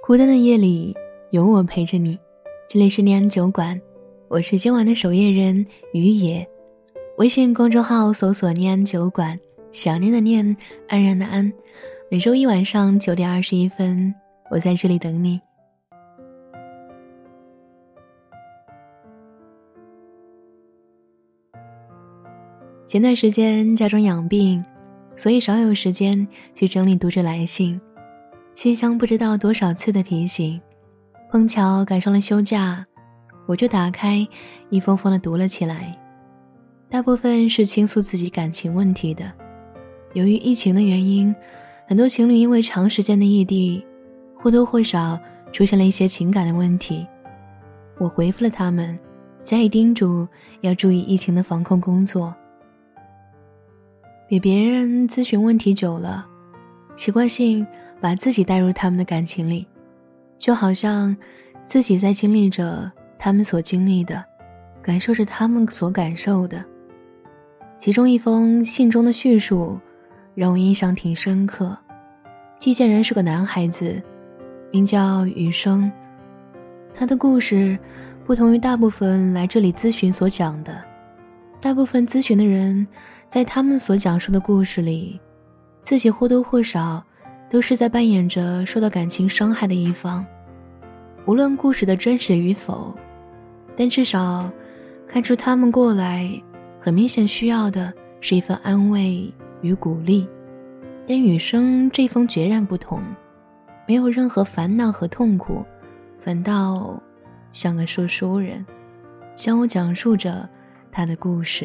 孤单的夜里有我陪着你，这里是念安酒馆，我是今晚的守夜人于野。微信公众号搜索念安酒馆，想念的念，安然的安。每周一晚上9点21分，我在这里等你。前段时间家中养病，所以少有时间去整理读者来信，信箱不知道多少次的提醒，碰巧赶上了休假，我就打开一封封的读了起来。大部分是倾诉自己感情问题的。由于疫情的原因，很多情侣因为长时间的异地，或多或少出现了一些情感的问题。我回复了他们，加以叮嘱要注意疫情的防控工作。给别人咨询问题久了，习惯性把自己带入他们的感情里，就好像自己在经历着他们所经历的，感受着他们所感受的。其中一封信中的叙述让我印象挺深刻。寄件人是个男孩子，名叫雨生。他的故事不同于大部分来这里咨询所讲的，大部分咨询的人在他们所讲述的故事里，自己或多或少都是在扮演着受到感情伤害的一方。无论故事的真实与否，但至少看出他们过来很明显需要的是一份安慰与鼓励。但雨生这封截然不同，没有任何烦恼和痛苦，反倒像个说书人，向我讲述着他的故事。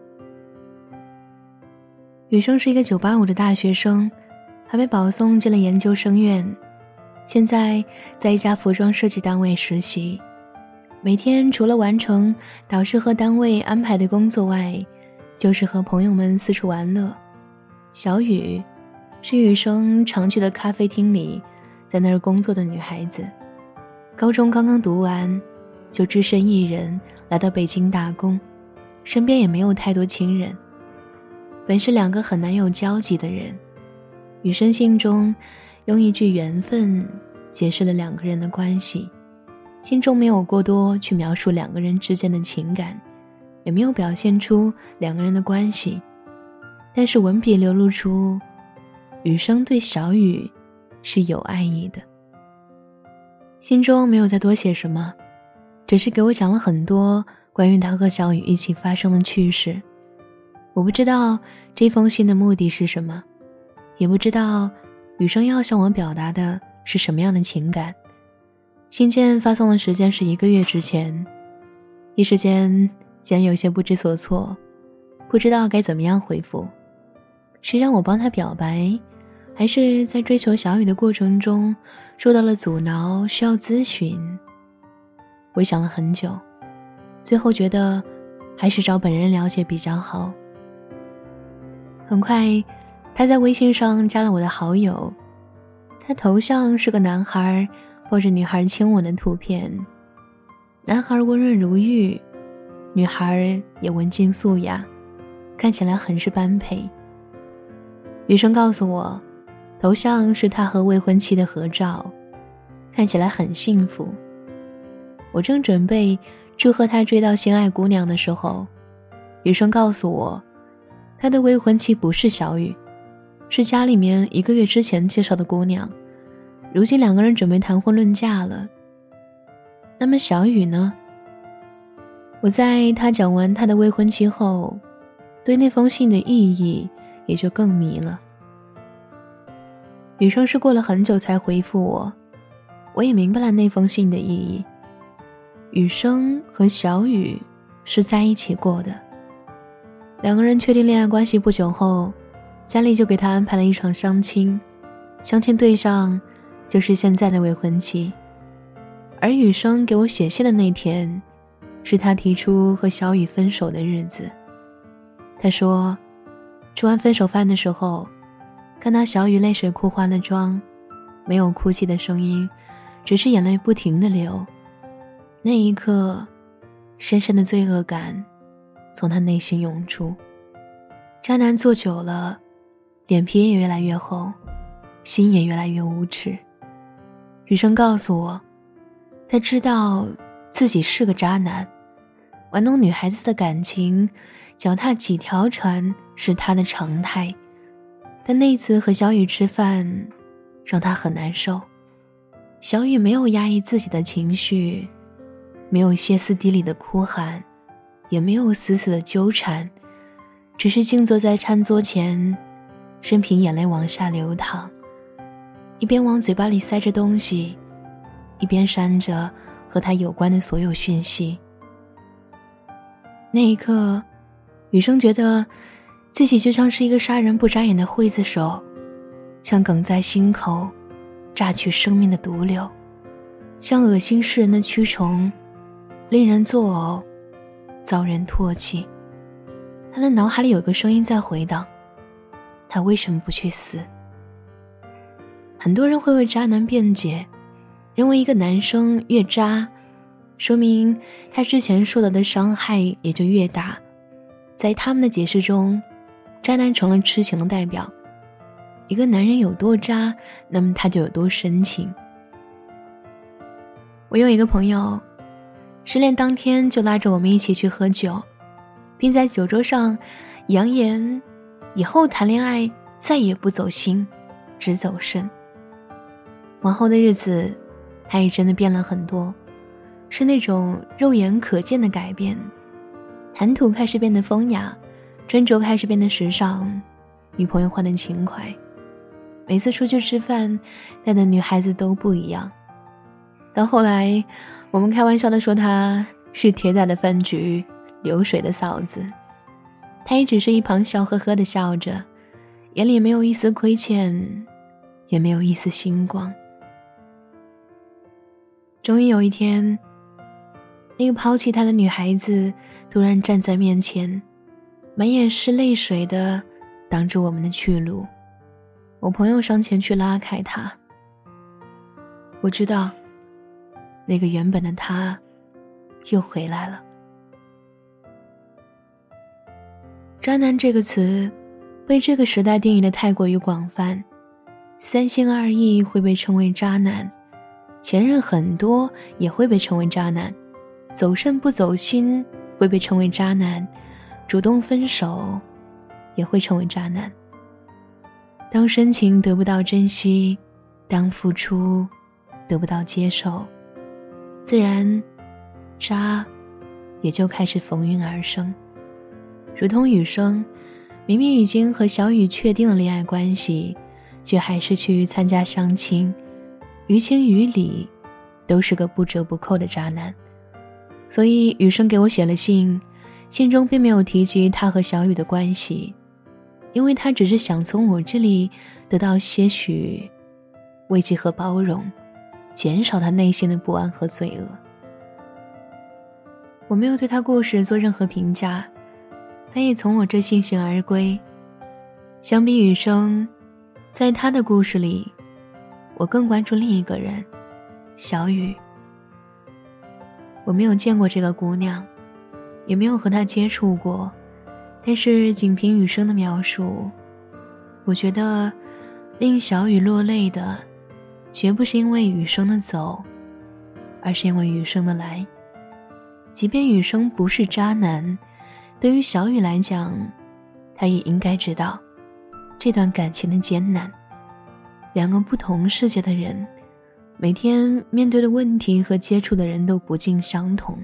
雨生是一个985的大学生，还被保送进了研究生院，现在在一家服装设计单位实习。每天除了完成导师和单位安排的工作外，就是和朋友们四处玩乐。小雨是雨生常去的咖啡厅里在那儿工作的女孩子，高中刚刚读完就只身一人来到北京打工，身边也没有太多亲人。本是两个很难有交集的人，雨生信中用一句缘分解释了两个人的关系，信中没有过多去描述两个人之间的情感，也没有表现出两个人的关系，但是文笔流露出雨生对小雨是有爱意的。信中没有再多写什么，只是给我讲了很多关于他和小雨一起发生的趣事。我不知道这封信的目的是什么，也不知道雨生要向我表达的是什么样的情感。信件发送的时间是1个月之前，一时间竟然有些不知所措，不知道该怎么样回复。是让我帮他表白，还是在追求小雨的过程中受到了阻挠，需要咨询？我想了很久，最后觉得还是找本人了解比较好。很快他在微信上加了我的好友，他头像是个男孩抱着女孩亲吻的图片，男孩温润如玉，女孩也文静素雅，看起来很是般配。雨生告诉我，头像是他和未婚妻的合照，看起来很幸福。我正准备祝贺他追到心爱姑娘的时候，雨生告诉我，他的未婚妻不是小雨，是家里面1个月之前介绍的姑娘，如今两个人准备谈婚论嫁了。那么小雨呢？我在他讲完他的未婚妻后，对那封信的意义也就更迷了。雨生是过了很久才回复我，我也明白了那封信的意义。雨生和小雨是在一起过的，两个人确定恋爱关系不久后，家里就给他安排了一场相亲，相亲对象就是现在的未婚妻。而雨生给我写信的那天，是他提出和小雨分手的日子。他说吃完分手饭的时候，看到小雨泪水哭花了妆，没有哭泣的声音，只是眼泪不停地流。那一刻，深深的罪恶感从他内心涌出。渣男做久了，脸皮也越来越厚，心也越来越无耻。 雨生告诉我，他知道自己是个渣男，玩弄女孩子的感情，脚踏几条船是他的常态。但那次和小雨吃饭让他很难受。小雨没有压抑自己的情绪，没有歇斯底里的哭喊，也没有死死的纠缠，只是静坐在餐桌前，任凭眼泪往下流淌，一边往嘴巴里塞着东西，一边删着和他有关的所有讯息。那一刻，雨生觉得自己就像是一个杀人不眨眼的刽子手，像梗在心口榨取生命的毒瘤，像恶心世人的蛆虫，令人作呕，遭人唾弃。他的脑海里有个声音在回荡，他为什么不去死？很多人会为渣男辩解，认为一个男生越渣，说明他之前受到的伤害也就越大。在他们的解释中，渣男成了痴情的代表，一个男人有多渣，那么他就有多深情。我有一个朋友，失恋当天就拉着我们一起去喝酒，并在酒桌上扬言以后谈恋爱再也不走心，只走肾。往后的日子，他也真的变了很多，是那种肉眼可见的改变，谈吐开始变得风雅，穿着开始变得时尚，女朋友换得勤快，每次出去吃饭带的女孩子都不一样。到后来我们开玩笑地说她是铁打的饭局，流水的嫂子，她也只是一旁笑呵呵地笑着，眼里没有一丝亏欠，也没有一丝星光。终于有一天，那个抛弃他的女孩子突然站在面前，满眼是泪水的挡住我们的去路。我朋友上前去拉开他，我知道那个原本的他又回来了。渣男这个词被这个时代定义的太过于广泛，三心二意会被称为渣男，前任很多也会被称为渣男，走肾不走心会被称为渣男，主动分手也会成为渣男。当深情得不到珍惜，当付出得不到接受，自然渣也就开始逢运而生。如同雨生，明明已经和小雨确定了恋爱关系，却还是去参加相亲，于情于理都是个不折不扣的渣男。所以雨生给我写了信，信中并没有提及他和小雨的关系，因为他只是想从我这里得到些许慰藉和包容，减少他内心的不安和罪恶。我没有对他故事做任何评价，他也从我这悻悻而归。相比雨生，在他的故事里，我更关注另一个人，小雨。我没有见过这个姑娘，也没有和她接触过，但是仅凭雨生的描述，我觉得令小雨落泪的绝不是因为雨生的走，而是因为雨生的来。即便雨生不是渣男，对于小雨来讲，他也应该知道这段感情的艰难。两个不同世界的人，每天面对的问题和接触的人都不尽相同。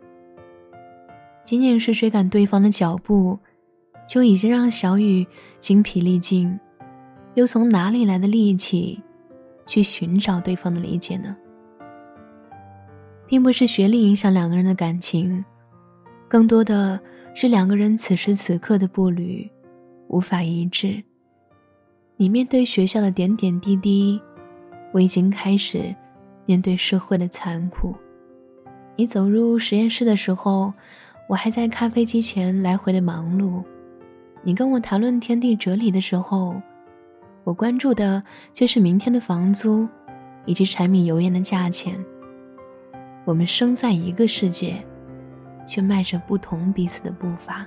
仅仅是追赶对方的脚步，就已经让小雨精疲力尽，又从哪里来的力气去寻找对方的理解呢？并不是学历影响两个人的感情，更多的是两个人此时此刻的步履无法一致。你面对学校的点点滴滴，我已经开始面对社会的残酷。你走入实验室的时候，我还在咖啡机前来回的忙碌。你跟我谈论天地哲理的时候，我关注的却是明天的房租以及柴米油盐的价钱。我们生在一个世界，却迈着不同彼此的步伐。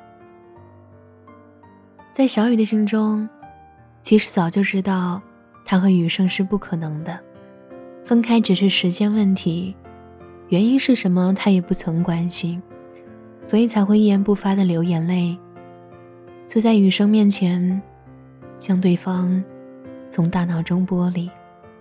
在小雨的心中，其实早就知道他和雨生是不可能的， 分开只是时间问题，原因是什么他也不曾关心，所以才会一言不发地流眼泪，就在雨声面前将对方从大脑中剥离。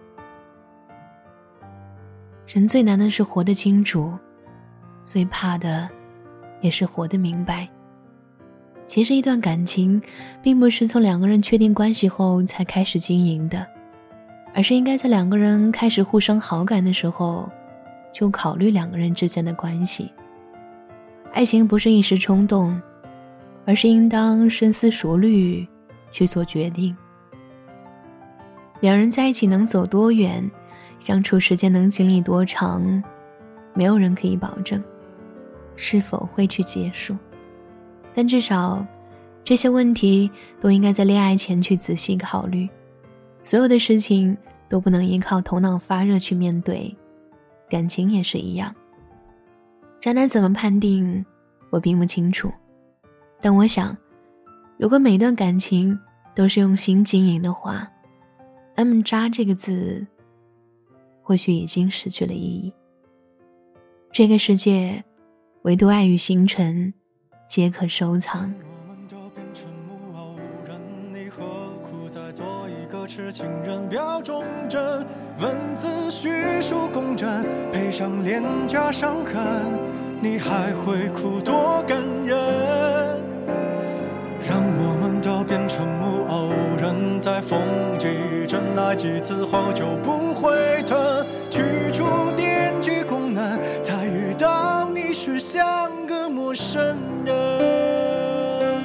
人最难的是活得清楚，最怕的也是活得明白。其实一段感情并不是从两个人确定关系后才开始经营的，而是应该在两个人开始互生好感的时候就考虑两个人之间的关系。爱情不是一时冲动，而是应当深思熟虑去做决定。两人在一起能走多远，相处时间能经历多长，没有人可以保证是否会去结束，但至少这些问题都应该在恋爱前去仔细考虑。所有的事情都不能依靠头脑发热去面对，感情也是一样。渣男怎么判定我并不清楚，但我想如果每段感情都是用心经营的话，那么渣这个字或许已经失去了意义。这个世界唯独爱与星辰皆可收藏。 我们都变成木偶人，你何苦再做一个痴情人？表忠贞，文字叙述公正，配上廉价伤痕，你还会哭多感人？让我们都变成木偶人，在风几阵来几次后就不会疼，去除电击功能，才遇到你时像个陌生人。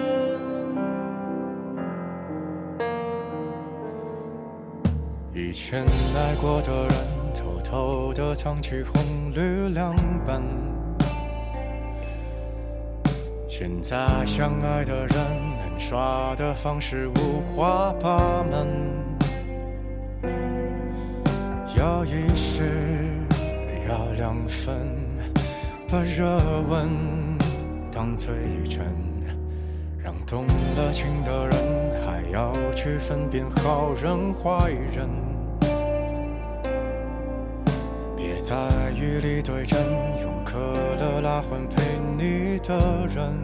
以前爱过的人，偷偷地藏起红绿两本，现在相爱的人，能耍的方式五花八门，要一时，要两分，把热吻当最真，让动了情的人还要去分辨好人坏人。别在雨里对阵，用可乐拉换陪你的人，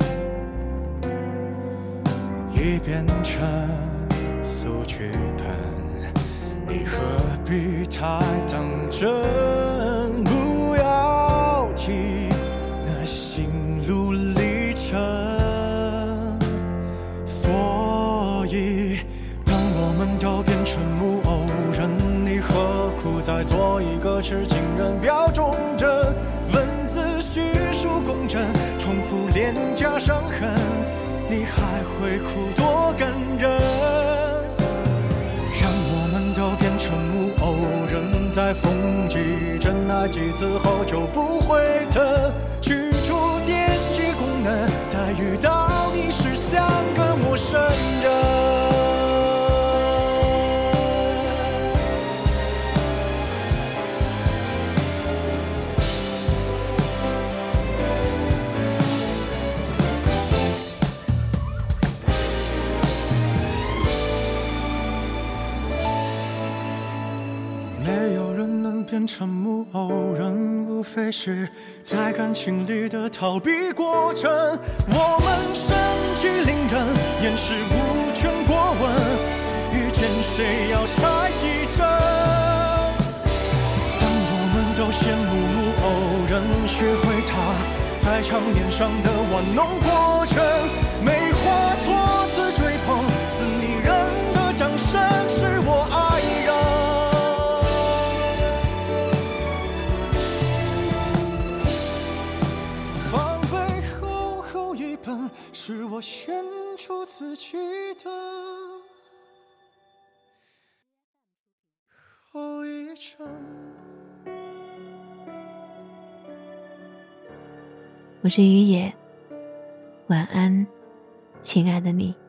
已变成速剧本，你何必太当真？不要提那心路历程。所以当我们都变成木偶人，你何苦再做一个痴情人？表忠贞，文字叙述公正，重复廉价伤痕，你还会哭多感人？让我们都变成木偶人，在风几阵那几次后就不会疼，去除电击功能，再遇到你时像个陌生人。没有人能变成木偶人，无非是在感情里的逃避过程。我们身居凌人，掩饰无权过问，遇见谁要猜忌着。当我们都羡慕木偶人，学会他在场面上的玩弄过程，没话措辞追捧，似拟人的掌声是我爱人。是我献出自己的后遗症。 我是于野，晚安，亲爱的你。